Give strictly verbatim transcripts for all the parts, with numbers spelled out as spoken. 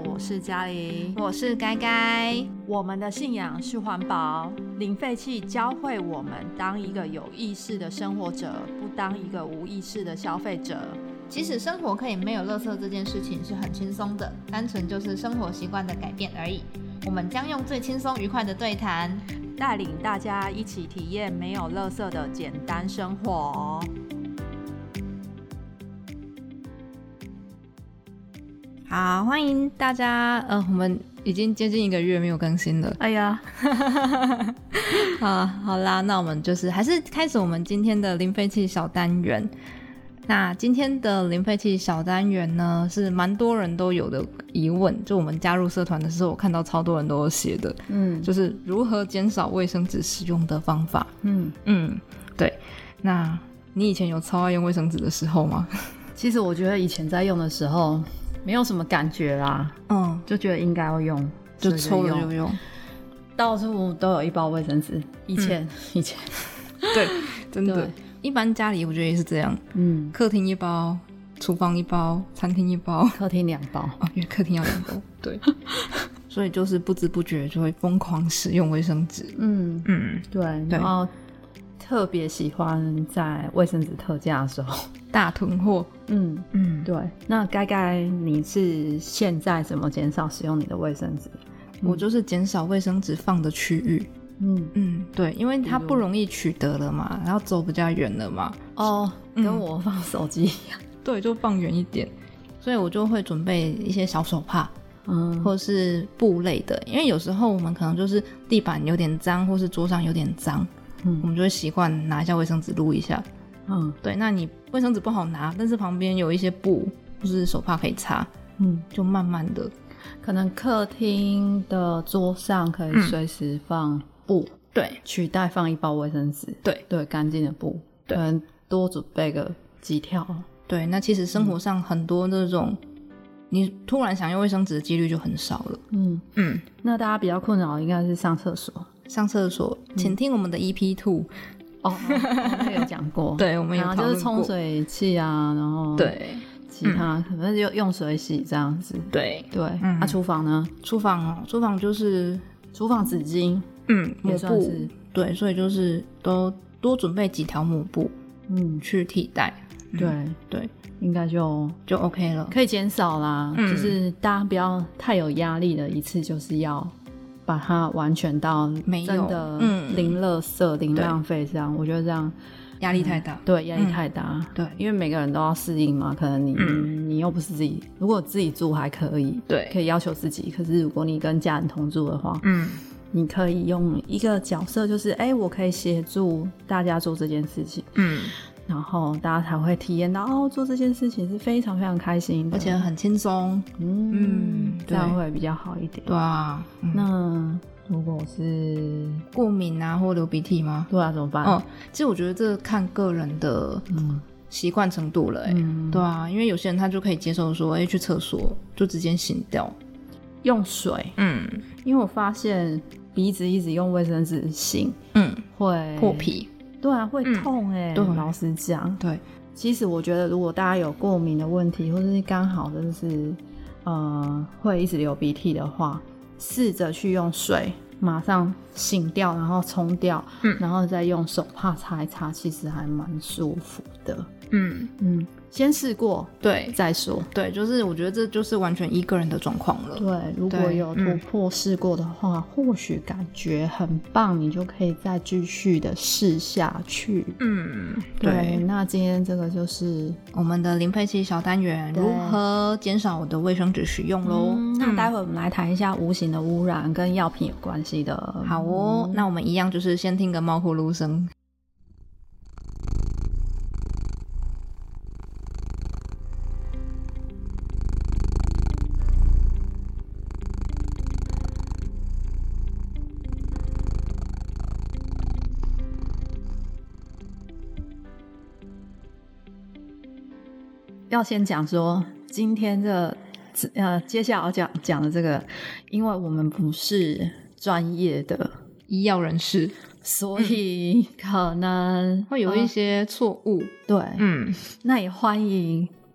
我是嘉玲， 我是该该。 我们的信仰是环保，零废弃教会我们当一个有意识的生活者，不当一个无意识的消费者。 其实生活可以没有垃圾这件事情是很轻松的，单纯就是生活习惯的改变而已。我们将用最轻松愉快的对谈， 带领大家一起体验没有垃圾的简单生活。 好，欢迎大家。呃，我们已经接近一个月没有更新了。 哎呀， 好，好啦，那我们就是还是开始我们今天的零废弃小单元。那今天的零废弃小单元呢，是蛮多人都有的疑问，就我们加入社团的时候，我看到超多人都有写的，嗯，就是如何减少卫生纸使用的方法。嗯嗯，对。那你以前有超爱用卫生纸的时候吗？ 其实我觉得以前在用的时候没有什么感觉啦，嗯，就觉得应该要用， 就抽了就用， 到处都有一包卫生纸。以前、嗯、以前， 对，真的。一般家里我觉得也是这样，嗯，客厅一包，厨房一包，餐厅一包， 客厅两包哦，因为客厅要两包，对，所以就是不知不觉就会疯狂使用卫生纸，嗯嗯，对，然后特别喜欢在卫生纸特价的时候大囤货， 嗯嗯，对。那该该你是现在怎么减少使用你的卫生纸？ 嗯、我就是减少卫生纸放的区域。嗯嗯，对，因为它不容易取得了嘛，然后走比较远了嘛。 哦，跟我放手机一样、 嗯，对，就放远一点。所以我就会准备一些小手帕，嗯，或是布类的，因为有时候我们可能就是地板有点脏，或是桌上有点脏，嗯，我们就会习惯拿一下卫生纸撸一下。嗯，对，那你卫生纸不好拿，但是旁边有一些布或是手帕可以擦，嗯，就慢慢的， 可能客厅的桌上可以随时放布、嗯，对，取代放一包卫生纸， 对对，干净的布，对，可能多准备个几条。 对，那其实生活上很多那种、嗯、你突然想用卫生纸的几率就很少了。嗯嗯，那大家比较困扰应该是上厕所， 上厕所，请听我们的 E P 二。 哦，那有讲过， 对，我们有讨论过， 就是冲水器啊，然后对其他、嗯、可能就用水洗这样子。 对对， 嗯，啊，厨房呢？ 厨房哦，厨房就是厨房纸巾， 嗯，抹布，对，所以就是都多准备几条抹布，嗯，去替代。 对、 嗯、对， 应该就就 OK 了， 可以减少啦、嗯。就是大家不要太有压力的，一次就是要把它完全到真的零垃圾、零浪费这样，我觉得这样压力太大。 嗯、对，压力太大、嗯。对，因为每个人都要适应嘛，可能你、嗯、你又不是自己，如果自己住还可以，对，可以要求自己。可是如果你跟家人同住的话，嗯，你可以用一个角色，就是哎、欸，我可以协助大家做这件事情，嗯。然后大家才会体验到哦，做这件事情是非常非常开心的， 而且很轻松， 嗯, 嗯这样会比较好一点。 对啊， 嗯、那如果是过敏啊或流鼻涕吗？ 对啊，怎么办？ 哦，其实我觉得这看个人的习惯程度了、欸嗯，对啊，因为有些人他就可以接受说，哎，去厕所就直接擤掉， 用水，嗯，因为我发现鼻子一直用卫生纸擤，嗯，会破皮。 对啊，会痛哎、欸嗯，老实讲。 对， 其实我觉得，如果大家有过敏的问题，或者是刚好就是呃会一直流鼻涕的话，试着去用水马上擤掉，然后冲掉、嗯，然后再用手帕擦一擦，其实还蛮舒服的。嗯嗯，先试过，对，再说。 对，就是我觉得这就是完全依个人的状况了。 对，如果有突破试过的话、嗯，或许感觉很棒，你就可以再继续的试下去。嗯，对。对，那今天这个就是我们的零废弃小单元，如何减少我的卫生纸使用咯、 嗯、那待会我们来谈一下无形的污染跟药品有关系的。 好哦、嗯，那我们一样就是先听个猫呼噜声。 要先讲说今天这呃接下来要讲讲的这个，因为我们不是专业的医药人士， 所以可能会有一些错误、 呃、对，嗯，那也欢迎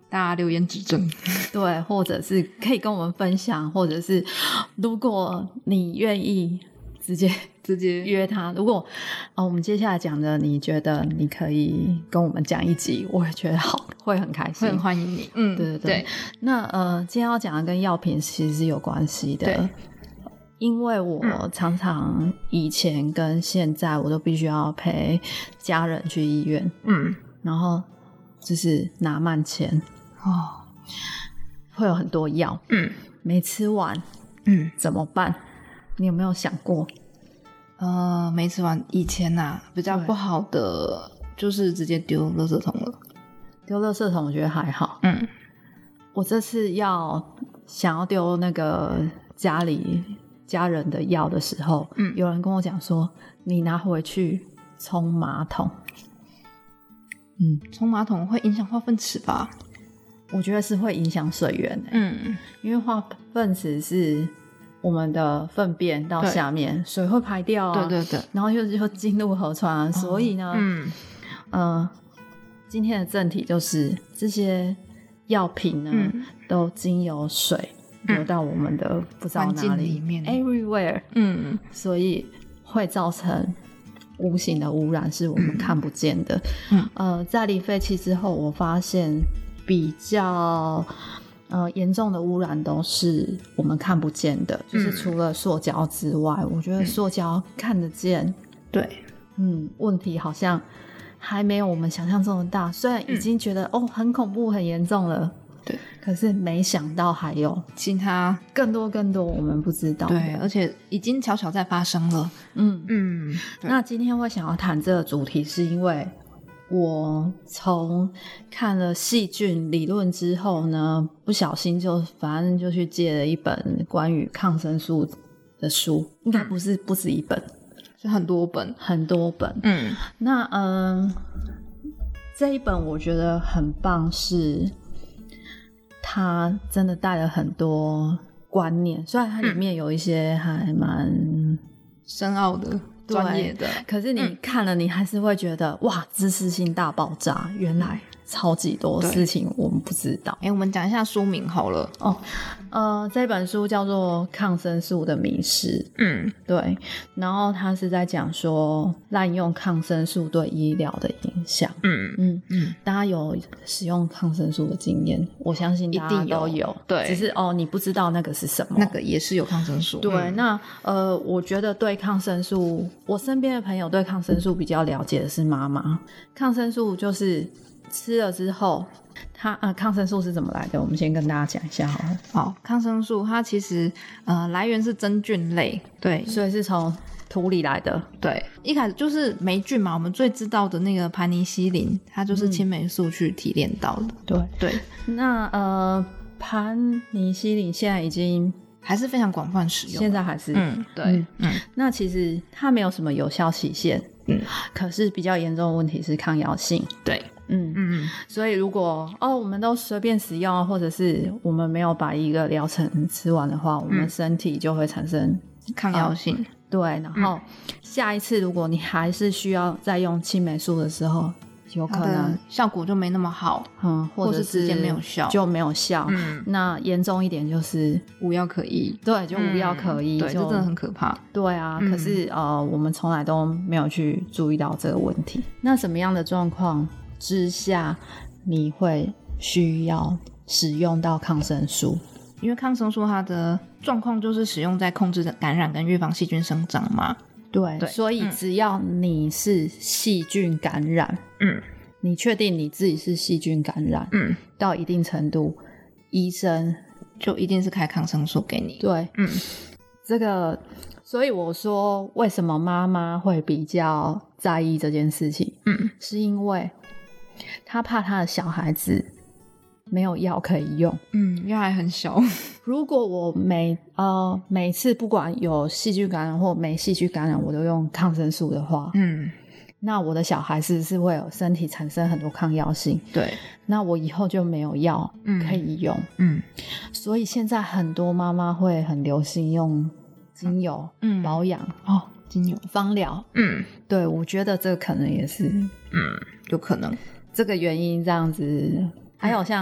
大家留言指正， 对，或者是可以跟我们分享，或者是如果你愿意直接直接约他，如果、哦、我们接下来讲的你觉得你可以跟我们讲一集，我也觉得好，会很开心， 会很欢迎你。嗯， 对对 对, 对。那呃，今天要讲的跟药品其实是有关系的， 对， 因为我常常以前跟现在我都必须要陪家人去医院，嗯，然后就是拿慢钱哦，会有很多药，嗯，没吃完，嗯，怎么办？你有没有想过？ 呃，没吃完，以前啊比较不好的就是直接丢垃圾桶了。 丢垃圾桶我觉得还好，嗯，我这次要想要丢那个家里家人的药的时候，嗯，有人跟我讲说，你拿回去冲马桶。 嗯，冲马桶会影响化粪池吧？ 我觉得是会影响水源、欸、嗯，因为化粪池是我们的粪便到下面水会排掉啊， 对对对， 然后又又进入河川、啊哦、所以呢嗯呃，今天的正题就是这些药品呢、嗯、都经由水流到我们的、嗯、不知道哪里环境里面 everywhere， 嗯，所以会造成无形的污染是我们看不见的、嗯、呃，在零废弃之后我发现比较呃严重的污染都是我们看不见的、嗯、就是除了塑胶之外，我觉得塑胶看得见、嗯、 对， 嗯，问题好像还没有我们想象中的大，虽然已经觉得、嗯、哦很恐怖很严重了， 对， 可是没想到还有其他更多更多我们不知道的， 对，而且已经悄悄在发生了。 嗯嗯，那今天会想要谈这个主题是因为我从看了细菌理论之后呢，不小心就反正就去借了一本关于抗生素的书，应该不是不止一本， 是很多本很多本。嗯，那嗯，这一本我觉得很棒，是它真的带了很多观念，虽然它里面有一些还蛮深奥的专业的， 可是你看了你还是会觉得、嗯、哇知识性大爆炸，原来超级多事情我们不知道。 哎、欸，我们讲一下书名好了。 哦，呃，这本书叫做《抗生素的迷思》。嗯，对。然后他是在讲说滥用抗生素对医疗的影响。嗯嗯嗯，大家有使用抗生素的经验，我相信大家都有。有对， 只是哦，你不知道那个是什么， 那个也是有抗生素。 对，嗯、那呃，我觉得对抗生素，我身边的朋友对抗生素比较了解的是妈妈。抗生素就是吃了之后它呃，抗生素是怎么来的我们先跟大家讲一下好了。 好，抗生素它其实呃来源是真菌类，对， 所以是从土里来的。 对，一开始就是霉菌嘛，我们最知道的那个盘尼西林它就是青霉素去提炼到的、嗯、 对对。 那呃盘尼西林现在已经还是非常广泛使用， 现在还是嗯对 嗯, 嗯那其实它没有什么有效期限，嗯，可是比较严重的问题是抗药性。 对， 嗯嗯，所以如果哦我们都随便使用，或者是我们没有把一个疗程吃完的话，我们身体就会产生抗药性、呃、 对，然后下一次如果你还是需要再用青霉素的时候，有可能效果就没那么好， 嗯，或者是直接没有效， 就没有效。嗯，那严重一点就是无药可医。 对，就无药可医、嗯。 对，这真的很可怕。 对啊，嗯、可是呃，我们从来都没有去注意到这个问题。那什么样的状况之下你会需要使用到抗生素？ 因为抗生素它的状况就是使用在控制感染跟预防细菌生长嘛。 对，对，所以只要你是细菌感染，嗯，你确定你自己是细菌感染，嗯，到一定程度，医生就一定是开抗生素给你。 对，嗯，这个，所以我说为什么妈妈会比较在意这件事情，嗯，是因为她怕她的小孩子没有药可以用， 嗯，因为还很小。 如果我每呃每次不管有细菌感染或没细菌感染，我都用抗生素的话，嗯，那我的小孩是是会有身体产生很多抗药性， 对， 那我以后就没有药可以用，嗯，嗯，所以现在很多妈妈会很流行用精油，嗯，保养哦，精油芳疗，嗯，对，我觉得这可能也是， 嗯，有可能这个原因这样子。还有像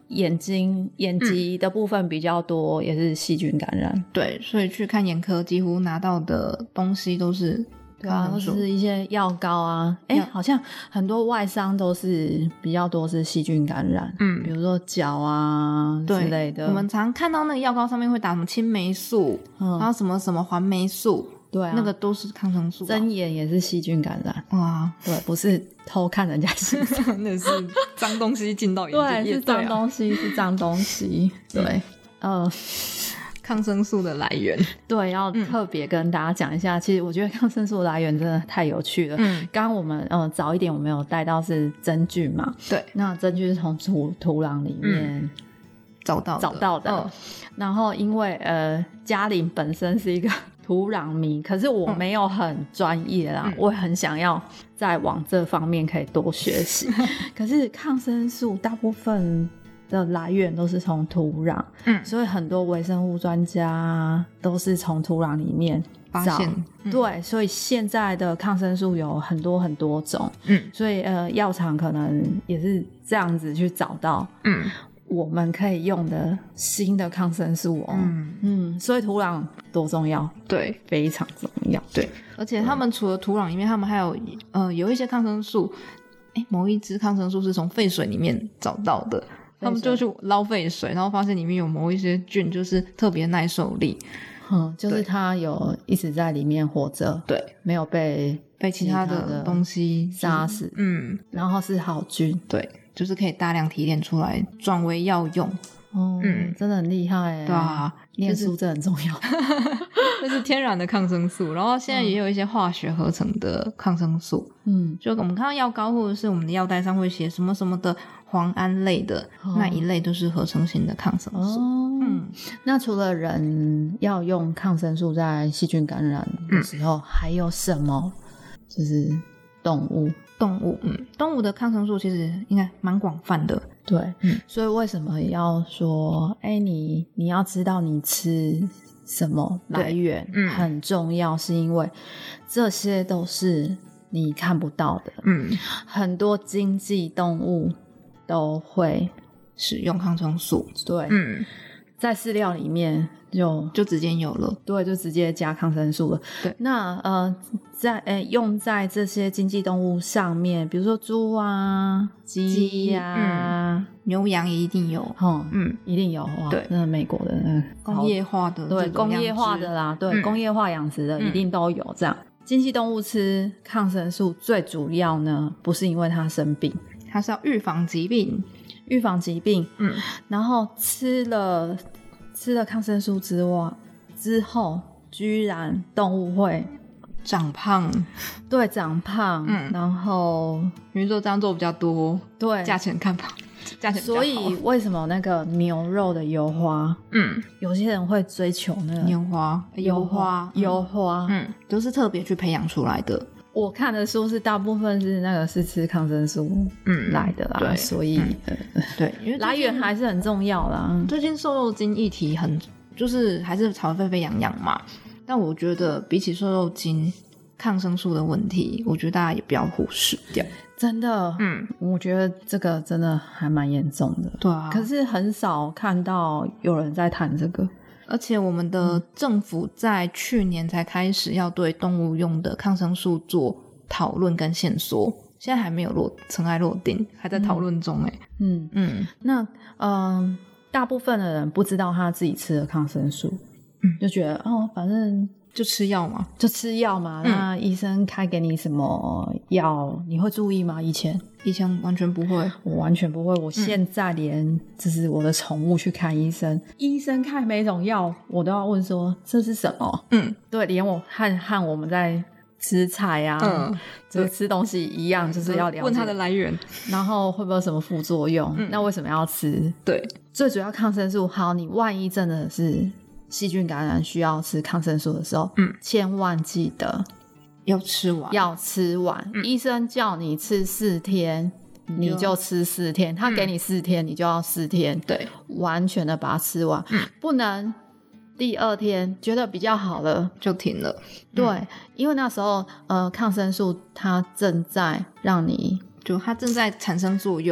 眼睛眼疾的部分比较多，嗯、也是细菌感染。 对，所以去看眼科几乎拿到的东西都是。 对啊，都是一些药膏啊，哎、欸，好像很多外伤都是比较多是细菌感染，嗯，比如说脚啊之类的。 我们常看到那个药膏上面会打什么青霉素，嗯、然后什么什么环霉素， 对啊， 那个都是抗生素、啊。 针眼也是细菌感染，哇，对，不是偷看人家洗手， 那是脏东西进到眼睛， 对，是脏东西，是脏东西，对，嗯。呃抗生素的来源， 对，要特别跟大家讲一下、嗯、其实我觉得抗生素的来源真的太有趣了。嗯，刚刚我们呃早一点我们有带到是真菌嘛， 对， 那真菌是从土土壤里面、嗯、 找到的找到的、哦、然后因为呃嘉玲本身是一个土壤迷，可是我没有很专业啦、嗯、我很想要再往这方面可以多学习可是抗生素大部分的来源都是从土壤，嗯，所以很多微生物专家都是从土壤里面发现、 嗯、对，所以现在的抗生素有很多很多种，嗯，所以呃药厂可能也是这样子去找到嗯我们可以用的新的抗生素哦，嗯嗯，所以土壤多重要， 对， 非常重要， 对，而且他们除了土壤里面，他们还有呃有一些抗生素，诶某一支抗生素是从废水里面找到的，他们就去捞废水，然后发现里面有某一些菌就是特别耐受力， 嗯，就是它有一直在里面活着， 对， 没有被被其他的东西杀死，嗯，然后是好菌， 对，就是可以大量提炼出来转为药用。 哦，嗯，真的很厉害耶。 对啊， 念书真的很重要。 这是天然的抗生素，然后现在也有一些化学合成的抗生素。嗯，就我们看到药膏或者是我们的药袋上会写什么什么的磺胺类的、哦、那一类都是合成型的抗生素。哦， 嗯，那除了人要用抗生素在细菌感染的时候、嗯、还有什么就是动物动物嗯，动物的抗生素其实应该蛮广泛的。 对，嗯，所以为什么要说哎、欸，你你要知道你吃什么来源、嗯、很重要，是因为这些都是你看不到的。嗯，很多经济动物都会使用抗生素。 对，嗯，在饲料里面就就直接有了， 对，就直接加抗生素了。 对， 那呃，在诶用在这些经济动物上面，比如说猪啊、鸡呀、啊嗯、牛羊也一定有， 嗯嗯，一定有哇。对，那美国的那工业化的， 对，工业化的啦，对，嗯、工业化养殖的一定都有这样。嗯、经济动物吃抗生素最主要呢，不是因为它生病， 它是要预防疾病， 预防疾病。嗯，然后吃了。吃了抗生素之外之后居然动物会长胖， 对，长胖，嗯，然后比如说这样做比较多， 对， 价钱看吧，价钱比较好。 所以为什么那个牛肉的油花，嗯，有些人会追求那个牛花油花油花， 嗯，都是特别去培养出来的。 我看的书是大部分是那个是吃抗生素嗯来的啦，对，所以、嗯呃、 对，因为来源还是很重要啦。 最近瘦肉精议题很就是还是吵得沸沸扬扬嘛，但我觉得比起瘦肉精抗生素的问题，我觉得大家也不要忽视掉。 真的，嗯，我觉得这个真的还蛮严重的。 对啊， 可是很少看到有人在谈这个。 而且我们的政府在去年才开始要对动物用的抗生素做讨论跟限缩，现在还没有落尘埃落定，还在讨论中。欸、 嗯嗯，那嗯、呃，大部分的人不知道他自己吃的抗生素，嗯，就觉得哦，反正就吃药嘛， 就吃药嘛。嗯、那医生开给你什么药，你会注意吗？以前以前完全不会， 我完全不会。我现在连就是我的宠物去看医生，嗯、医生开每种药，我都要问说这是什么。嗯，对，连我和和我们在吃菜啊，嗯，就是吃东西一样，就是要了解问它的来源， 然后会不会有什么副作用？嗯、那为什么要吃？ 对， 最主要抗生素。好，你万一真的是细菌感染需要吃抗生素的时候，嗯，千万记得要吃完， 要吃完。嗯、医生叫你吃四天，你就吃四天，他给你四天，嗯、你就要四天， 对， 完全的把它吃完，嗯、不能第二天觉得比较好了就停了。 对，嗯、因为那时候呃，抗生素它正在让你， 就它正在产生作用。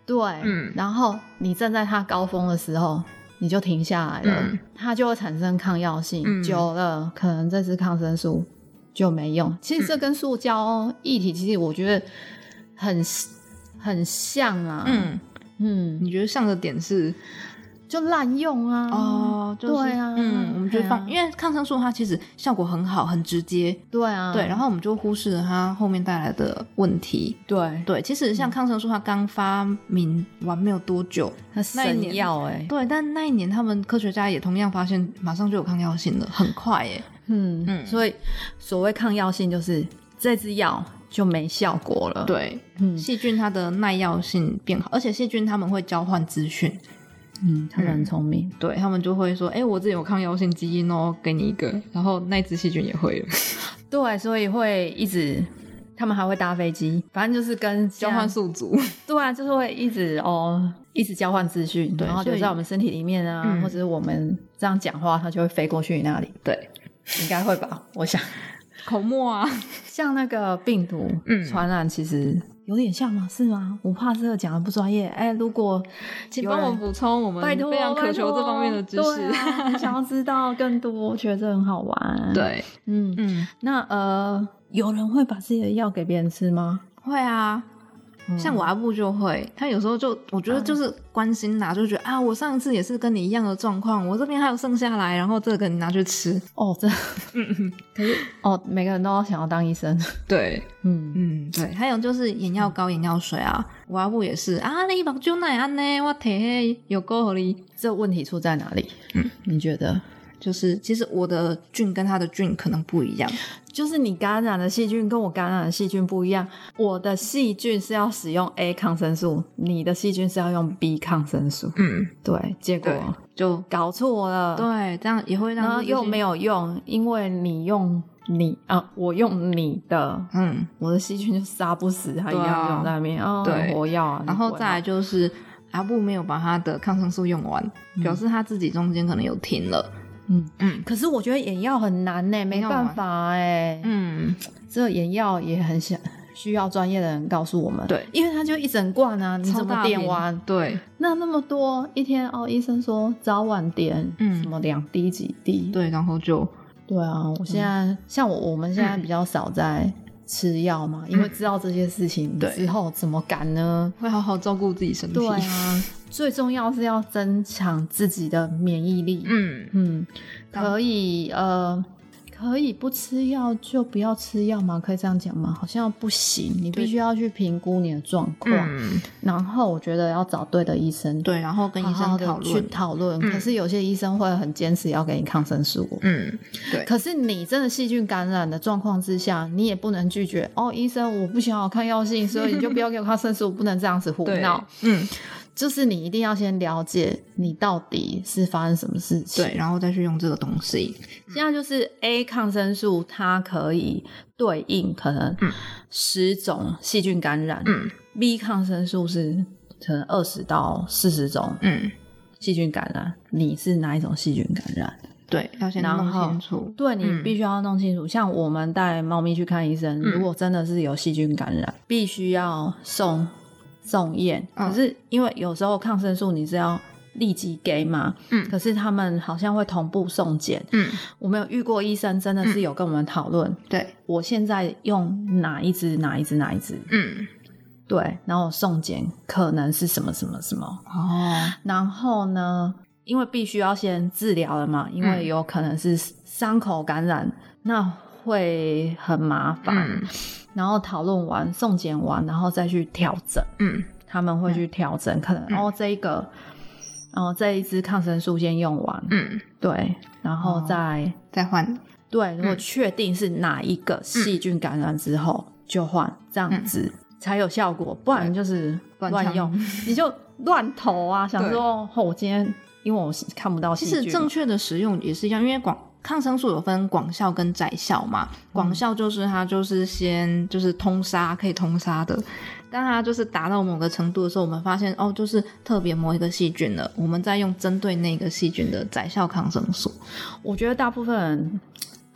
对，嗯，然后你正在它高峰的时候你就停下来了，嗯、它就会产生抗药性，嗯、久了可能这支抗生素就没用。其实这跟塑胶议题其实我觉得很很像啊。 嗯嗯，你觉得像的点是就滥用啊？ 哦，就是、 对啊， 嗯，我们就放，因为抗生素它其实效果很好，很直接。 对啊， 对，然后我们就忽视了它后面带来的问题。 对对，其实像抗生素它刚发明完没有多久， 它神药哎、欸， 对，但那一年他们科学家也同样发现，马上就有抗药性了，很快哎、欸。 嗯嗯，所以所谓抗药性就是这支药就没效果了。 对，嗯，细菌它的耐药性变好，而且细菌他们会交换资讯。 嗯，他们很聪明、嗯， 对，他们就会说，哎、欸，我这里有抗药性基因哦，给你一个，然后那只细菌也会了。 对，所以会一直，他们还会搭飞机，反正就是跟交换宿主。 对啊，就是会一直哦，一直交换资讯，然后留在我们身体里面啊，或者是我们这样讲话，它就会飞过去你那里。 对， 应该会吧？我想口沫啊， 像那个病毒传染，其实。有点像吗？是吗？我怕这个讲的不专业。哎、欸，如果请帮我补充，我们非常渴求这方面的知识， 啊、想要知道更多，我觉得这很好玩。 对， 嗯嗯。那呃，有人会把自己的药给别人吃吗？ 会啊。像我阿布就会，他有时候就我觉得就是关心啦、啊，就觉得啊，我上一次也是跟你一样的状况，我这边还有剩下来，然后这个你拿去吃。 哦，这，嗯嗯，可是哦，每个人都要想要当医生。 对，嗯嗯，对。还有就是眼药膏、眼药水啊，我阿布也是啊，你目睭哪安呢？我摕有够合理。 这问题出在哪里？嗯，你觉得？ 就是其实我的菌跟他的菌可能不一样， 就是你感染的细菌跟我感染的细菌不一样，我的细菌是要使用 A 抗生素，你的细菌是要用 B 抗生素。嗯，对，结果就搞错了。 对，这样也会让， 然后又没有用，因为你用你啊，我用你的，嗯，我的细菌就杀不死，它一样用在那边哦， 对， 活药啊。 然后再来就是阿布没有把他的抗生素用完，嗯、表示他自己中间可能有停了。 嗯嗯，可是我觉得眼药很难呢、欸，没办法哎、欸。嗯，这个眼药也很想需要专业的人告诉我们。 对， 因为它就一整罐啊，你怎么点完？ 对， 那那么多一天哦，医生说早晚点，嗯，什么两滴几滴？ 对，然后就对啊，我现在、嗯、像我我们现在比较少在吃药嘛、嗯，因为知道这些事情之后怎么敢呢？ 会好好照顾自己身体。 对啊。最重要是要增强自己的免疫力。嗯嗯，可以呃，可以不吃药就不要吃药吗？可以这样讲吗？好像不行，你必须要去评估你的状况、嗯，然后我觉得要找对的医生， 对，然后跟医生讨论去讨论、嗯。可是有些医生会很坚持要给你抗生素，嗯，对。可是你真的细菌感染的状况之下，你也不能拒绝哦，医生，我不想要抗药性，所以你就不要给我抗生素，不能这样子胡闹，嗯。就是你一定要先了解你到底是发生什么事情， 对，然后再去用这个东西。 现在就是 A 抗生素，它可以对应可能十种细菌感染，嗯 ，B 抗生素是可能二十到四十种，嗯，细菌感染，你是哪一种细菌感染？ 对，要先弄清楚。 对，你必须要弄清楚。嗯、像我们带猫咪去看医生，嗯、如果真的是有细菌感染，必须要送。送验，可是因为有时候抗生素你是要立即给嘛，嗯，可是他们好像会同步送检，嗯，我们有遇过医生真的是有跟我们讨论、嗯， 对， 我现在用哪一支哪一支哪一支，嗯，对，然后送检可能是什么什么什么，哦，然后呢，因为必须要先治疗了嘛，因为有可能是伤口感染，那会很麻烦。嗯，然后讨论完送检完然后再去调整，嗯，他们会去调整、嗯、可能、嗯、哦这一个哦这一支抗生素先用完，嗯，对，然后再、 哦、再换， 对，如果确定是哪一个细菌感染之后、嗯、就换，这样子、嗯、才有效果，不然就是乱用你就乱投啊，想说哦我今天因为我看不到细菌， 其实正确的使用也是一样，因为广抗生素有分广效跟窄效嘛，广效就是它就是先就是通杀，可以通杀的，但它就是达到某个程度的时候，我们发现哦就是特别某一个细菌了，我们再用针对那个细菌的窄效抗生素。 我觉得大部分人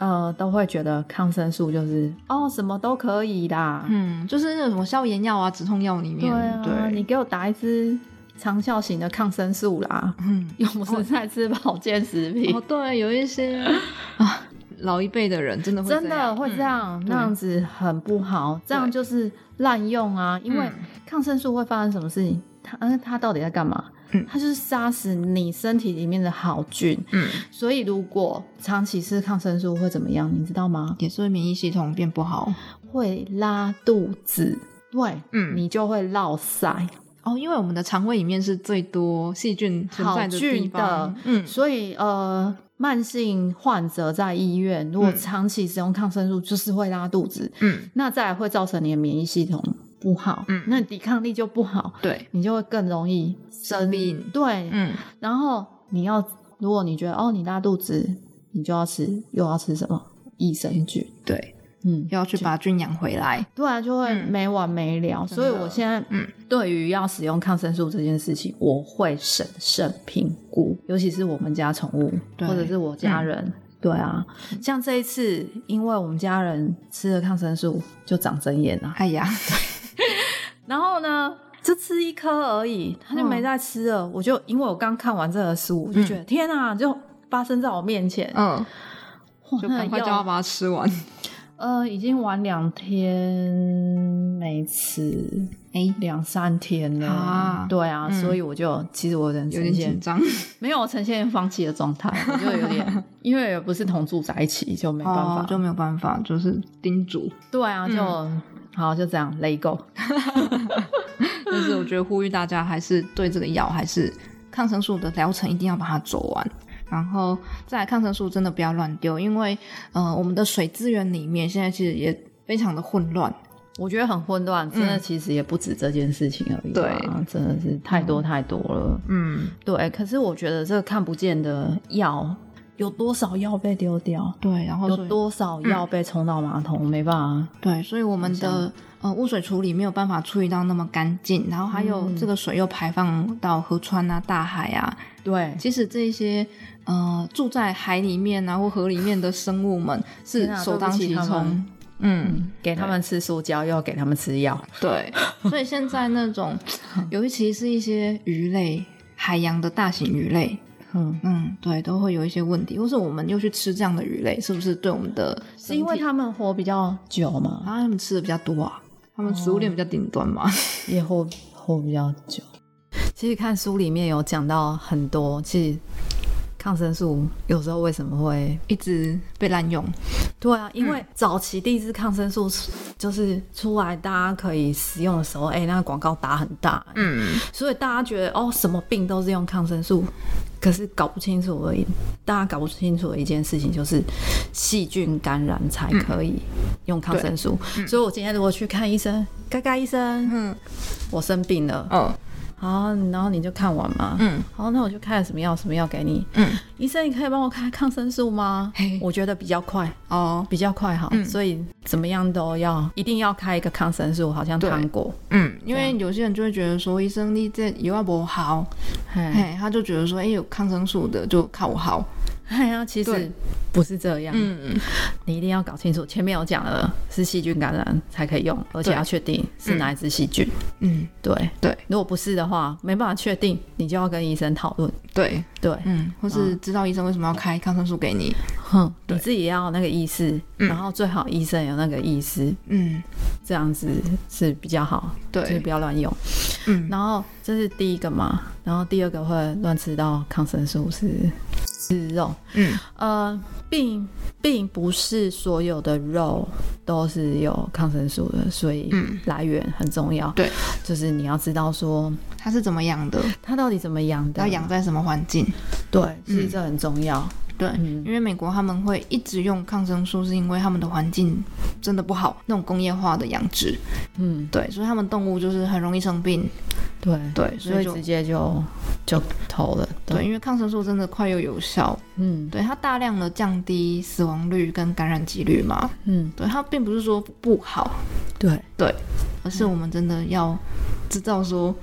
呃都会觉得抗生素就是哦什么都可以啦， 嗯，就是那种什么消炎药啊、止痛药里面， 对啊，对，你给我打一支长效型的抗生素啦，嗯，又不是在吃保健食品。 哦，对，有一些啊，老一辈的人真的会真的会这样，嗯、那样子很不好，这样就是滥用啊。因为抗生素会发生什么事情？它呃，它到底在干嘛？嗯，它就是杀死你身体里面的好菌。嗯，所以如果长期吃抗生素会怎么样？你知道吗？ 也是会免疫系统变不好， 会拉肚子。对，嗯，你就会落腮。 哦，因为我们的肠胃里面是最多细菌存在的地方， 好菌的，嗯，所以呃，慢性患者在医院如果长期使用抗生素，就是会拉肚子，嗯，那再来会造成你的免疫系统不好，嗯，那抵抗力就不好， 对， 你就会更容易生病，对，嗯，然后你要，如果你觉得哦你拉肚子，你就要吃，又要吃什么益生菌， 对。嗯，要去把菌养回来， 对啊，就会没完没了。嗯、所以我现在，嗯，对于要使用抗生素这件事情，我会审慎评估，尤其是我们家宠物或者是我家人。嗯、对啊，像这一次，因为我们家人吃了抗生素就长针眼了， 哎呀， 然后呢，就吃一颗而已，他就没再吃了。嗯、我就因为我刚看完这个书，我就觉得、嗯、天啊，就发生在我面前， 嗯，就赶快叫他把它吃完。 呃，已经晚两天没吃，哎，两三天了。啊对啊、嗯，所以我就其实我有点有点紧张， 没有呈现放弃的状态，我就有点，因为也不是同住在一起，就没办法， 哦、就没有办法，就是叮嘱。 对啊，就、嗯、好，就这样 let go。 但是我觉得呼吁大家，还是对这个药，还是抗生素的疗程一定要把它走完。然后再来抗生素真的不要乱丢，因为呃我们的水资源里面现在其实也非常的混乱， 我觉得很混乱，真的其实也不止这件事情而已，对、嗯，真的是太多太多了，嗯，对。可是我觉得这个看不见的药，有多少药被丢掉， 对，然后有多少药被冲到马桶、嗯、没办法， 对，所以我们的呃污水处理没有办法处理到那么干净，然后还有这个水又排放到河川啊、大海啊， 对， 其实这些呃住在海里面啊或河里面的生物们是首当其冲， 嗯，给他们吃塑胶，又给他们吃药， 对，所以现在那种尤其是一些鱼类，海洋的大型鱼类，嗯嗯，对，都会有一些问题，或是我们又去吃这样的鱼类，是不是对我们的是因为他们活比较久嘛？ 啊，他们吃的比较多啊，他们食物链比较顶端嘛， 也活活比较久。其实看书里面有讲到很多，其实抗生素有时候为什么会一直被滥用？ 对啊，因为早期第一支抗生素就是出来大家可以使用的时候，哎、欸，那个广告打很大，嗯，所以大家觉得哦，什么病都是用抗生素，可是搞不清楚而已。大家搞不清楚的一件事情就是细菌感染才可以用抗生素。嗯、所以我今天如果去看医生，该该医生，嗯，我生病了，哦。好，然后你就看完嘛。嗯，好，那我就开了什么药，什么药给你。嗯，医生，你可以帮我开抗生素吗？我觉得比较快哦，比较快哈、嗯。所以怎么样都要，一定要开一个抗生素，好像糖果。 嗯，因为有些人就会觉得说，医生你这药不好，嘿，他就觉得说，哎、欸，有抗生素的就靠好。 哎呀，其实不是这样，嗯，你一定要搞清楚，前面有讲了是细菌感染才可以用，而且要确定是哪一支细菌，嗯，对对，如果不是的话，没办法确定，你就要跟医生讨论， 对对， 嗯，或是知道医生为什么要开抗生素给你， 哼，你自己要有那个意识，嗯、然后最好医生有那个意识，嗯，这样子是比较好，对，就是不要乱用，嗯，然后这是第一个嘛，然后第二个会乱吃到抗生素是。吃肉，嗯，呃，并并不是所有的肉都是有抗生素的，所以来源很重要。对、嗯，就是你要知道说它是怎么养的， 它到底怎么养的， 要养在什么环境。 对，其实这很重要。嗯对、嗯，因为美国他们会一直用抗生素，是因为他们的环境真的不好，那种工业化的养殖，嗯，对，所以他们动物就是很容易生病， 对对， 所以直接就就投了， 对，对，因为抗生素真的快又有效，嗯，对，它大量的降低死亡率跟感染几率嘛，嗯，对，它并不是说不好， 对对，而是我们真的要知道说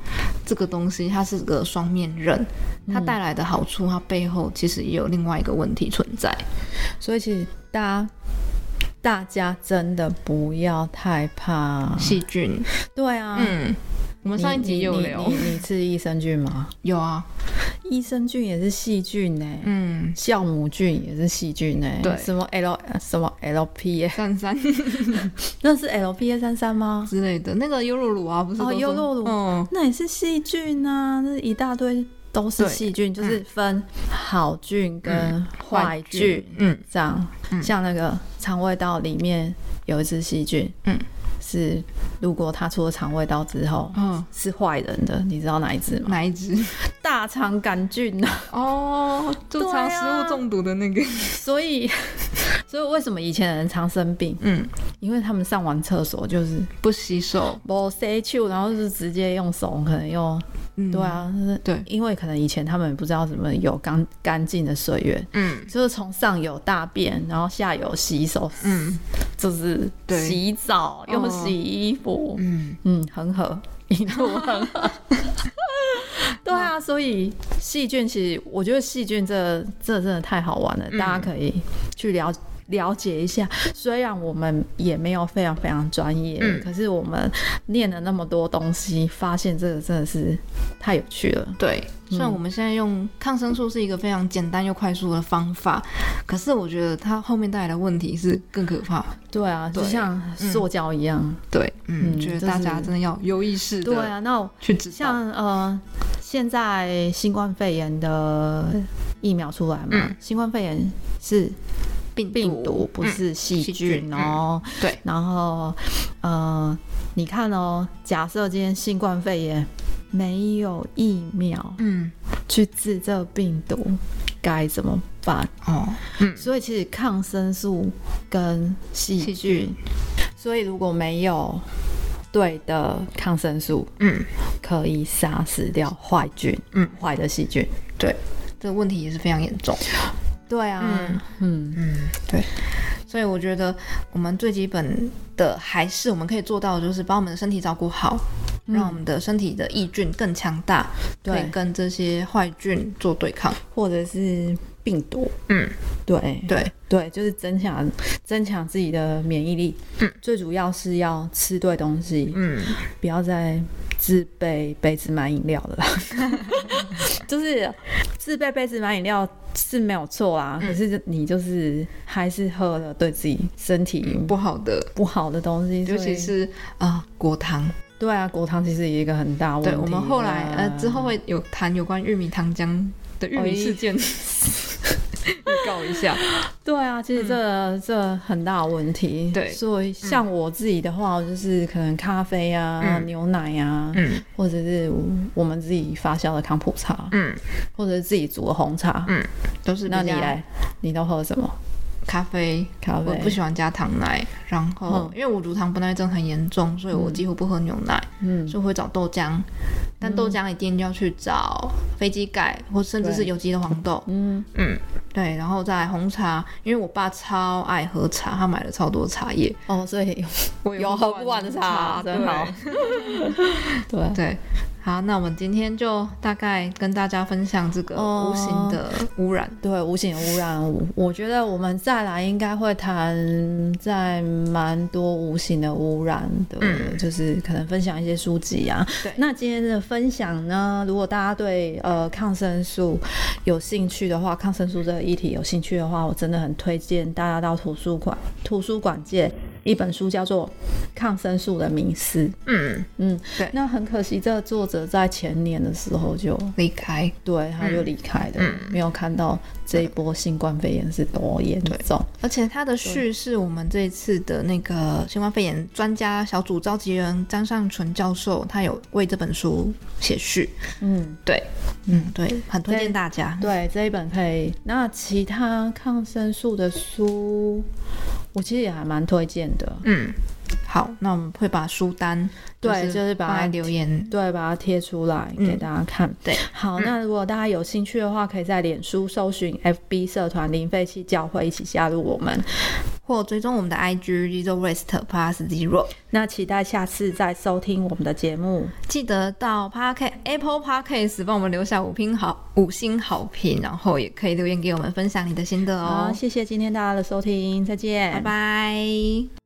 这个东西它是个双面刃，它带来的好处，它背后其实也有另外一个问题存在。 所以其实大家大家真的不要太怕细菌。 对啊， 嗯，我们上一集有聊。 你 你, 你, 你吃益生菌吗？ 有啊， 益生菌也是细菌呢、欸，嗯，酵母菌也是细菌呢、欸， 对， 什么 L 什么 L P A 三三， 那是 L P A 三三吗？ 之类的，那个优酪乳啊，不是哦，优酪乳，嗯，那也是细菌啊，那一大堆。都是细菌，就是分好菌跟坏菌，嗯，这样、嗯，像那个肠胃道里面有一只细菌，嗯，是如果它出了肠胃道之后，嗯，是坏人的，你知道哪一只吗？ 哪一只？ 大肠杆菌啊！ 哦，就常食物中毒的那个，啊、 所以。所以为什么以前的人常生病？嗯，因为他们上完厕所就是不洗手， 不洗手，然后是直接用手，可能用，嗯、对啊， 对， 因为可能以前他们也不知道怎么有干干净的水源，嗯，就是从上有大便，然后下有洗手，嗯，就是洗澡用洗衣服，嗯嗯，很合，一路很合。对啊，所以细菌其实我觉得细菌这这真的太好玩了，嗯、大家可以去了解。了解一下，虽然我们也没有非常非常专业、嗯，可是我们念了那么多东西，发现这个真的是太有趣了。 对，虽然我们现在用抗生素是一个非常简单又快速的方法，可是我觉得它后面带来的问题是更可怕。 对啊，就像塑胶一样。 嗯、对，嗯，嗯觉得大家真的要有意识的。 对啊，那去知道。 像呃，现在新冠肺炎的疫苗出来嘛，嗯、新冠肺炎是。病毒不是细菌哦、嗯嗯，对。然后，呃，你看哦，假设今天新冠肺炎没有疫苗，嗯，去治这病毒，该怎么办？哦，嗯。所以其实抗生素跟细菌，所以如果没有对的抗生素，嗯，可以杀死掉坏菌，嗯，坏的细菌。 对，这个问题也是非常严重。 对啊，嗯嗯嗯，对，所以我觉得我们最基本的还是我们可以做到的，就是把我们的身体照顾好，嗯、让我们的身体的益菌更强大，可以跟这些坏菌做对抗， 或者是病毒。嗯，对对对，就是增强增强自己的免疫力。嗯，最主要是要吃对东西。嗯，不要再自备杯子买饮料了啦。就是自备杯子买饮料是没有错啊、嗯，可是你就是还是喝了对自己身体不好的不好的东西， 尤其是啊、呃、果糖。 对啊，果糖其实也一个很大问题。 对，我们后来呃之后会有谈有关玉米糖浆的玉米事件。预告一下， 对啊，其实这、嗯、这很大的问题。对，所以像我自己的话，嗯、就是可能咖啡啊、嗯、牛奶啊，嗯，或者是我们自己发酵的康普茶，嗯，或者是自己煮的红茶，嗯， 都是比较。 那你来，你都喝什么？ 咖啡， 咖啡， 我不喜欢加糖奶，然后、嗯、因为我乳糖不耐症很严重，所以我几乎不喝牛奶，嗯，所以会找豆浆，但豆浆一定就要去找飞机盖或甚至是有机的黄豆，嗯嗯，对，然后再来红茶，因为我爸超爱喝茶，他买了超多茶叶， 哦，所以我有喝不完的茶，真好，对对。好，那我们今天就大概跟大家分享这个无形的污染。 哦、对，无形的污染，我觉得我们再来应该会谈在蛮多无形的污染的、嗯，就是可能分享一些书籍啊。对，那今天的分享呢，如果大家对呃抗生素有兴趣的话，抗生素这个议题有兴趣的话，我真的很推荐大家到图书馆图书馆借一本书，叫做《抗生素的迷思》。嗯嗯，对。那很可惜，这个作者在前年的时候就离开， 对，他就离开了、嗯，没有看到这一波新冠肺炎是多严重。 而且他的序是我们这一次的那个新冠肺炎专家小组召集人张尚纯教授，他有为这本书写序。嗯，对，嗯，对，很推荐大家。 对，这一本可以。那其他抗生素的书，我其实也还蛮推荐的。嗯。 好，那我们会把书单， 对，就是把它留言， 对，把它贴出来给大家看。嗯、 对， 好、嗯，那如果大家有兴趣的话，可以在脸书搜寻 F B 社团零废弃教会，一起加入我们。 或追踪我们的 I G zero waste plus zero。 那期待下次再收听我们的节目， 记得到 Podcast Apple Podcast 帮我们留下五星好五星好评，然后也可以留言给我们分享你的心得哦。 好，谢谢今天大家的收听，再见， 拜拜。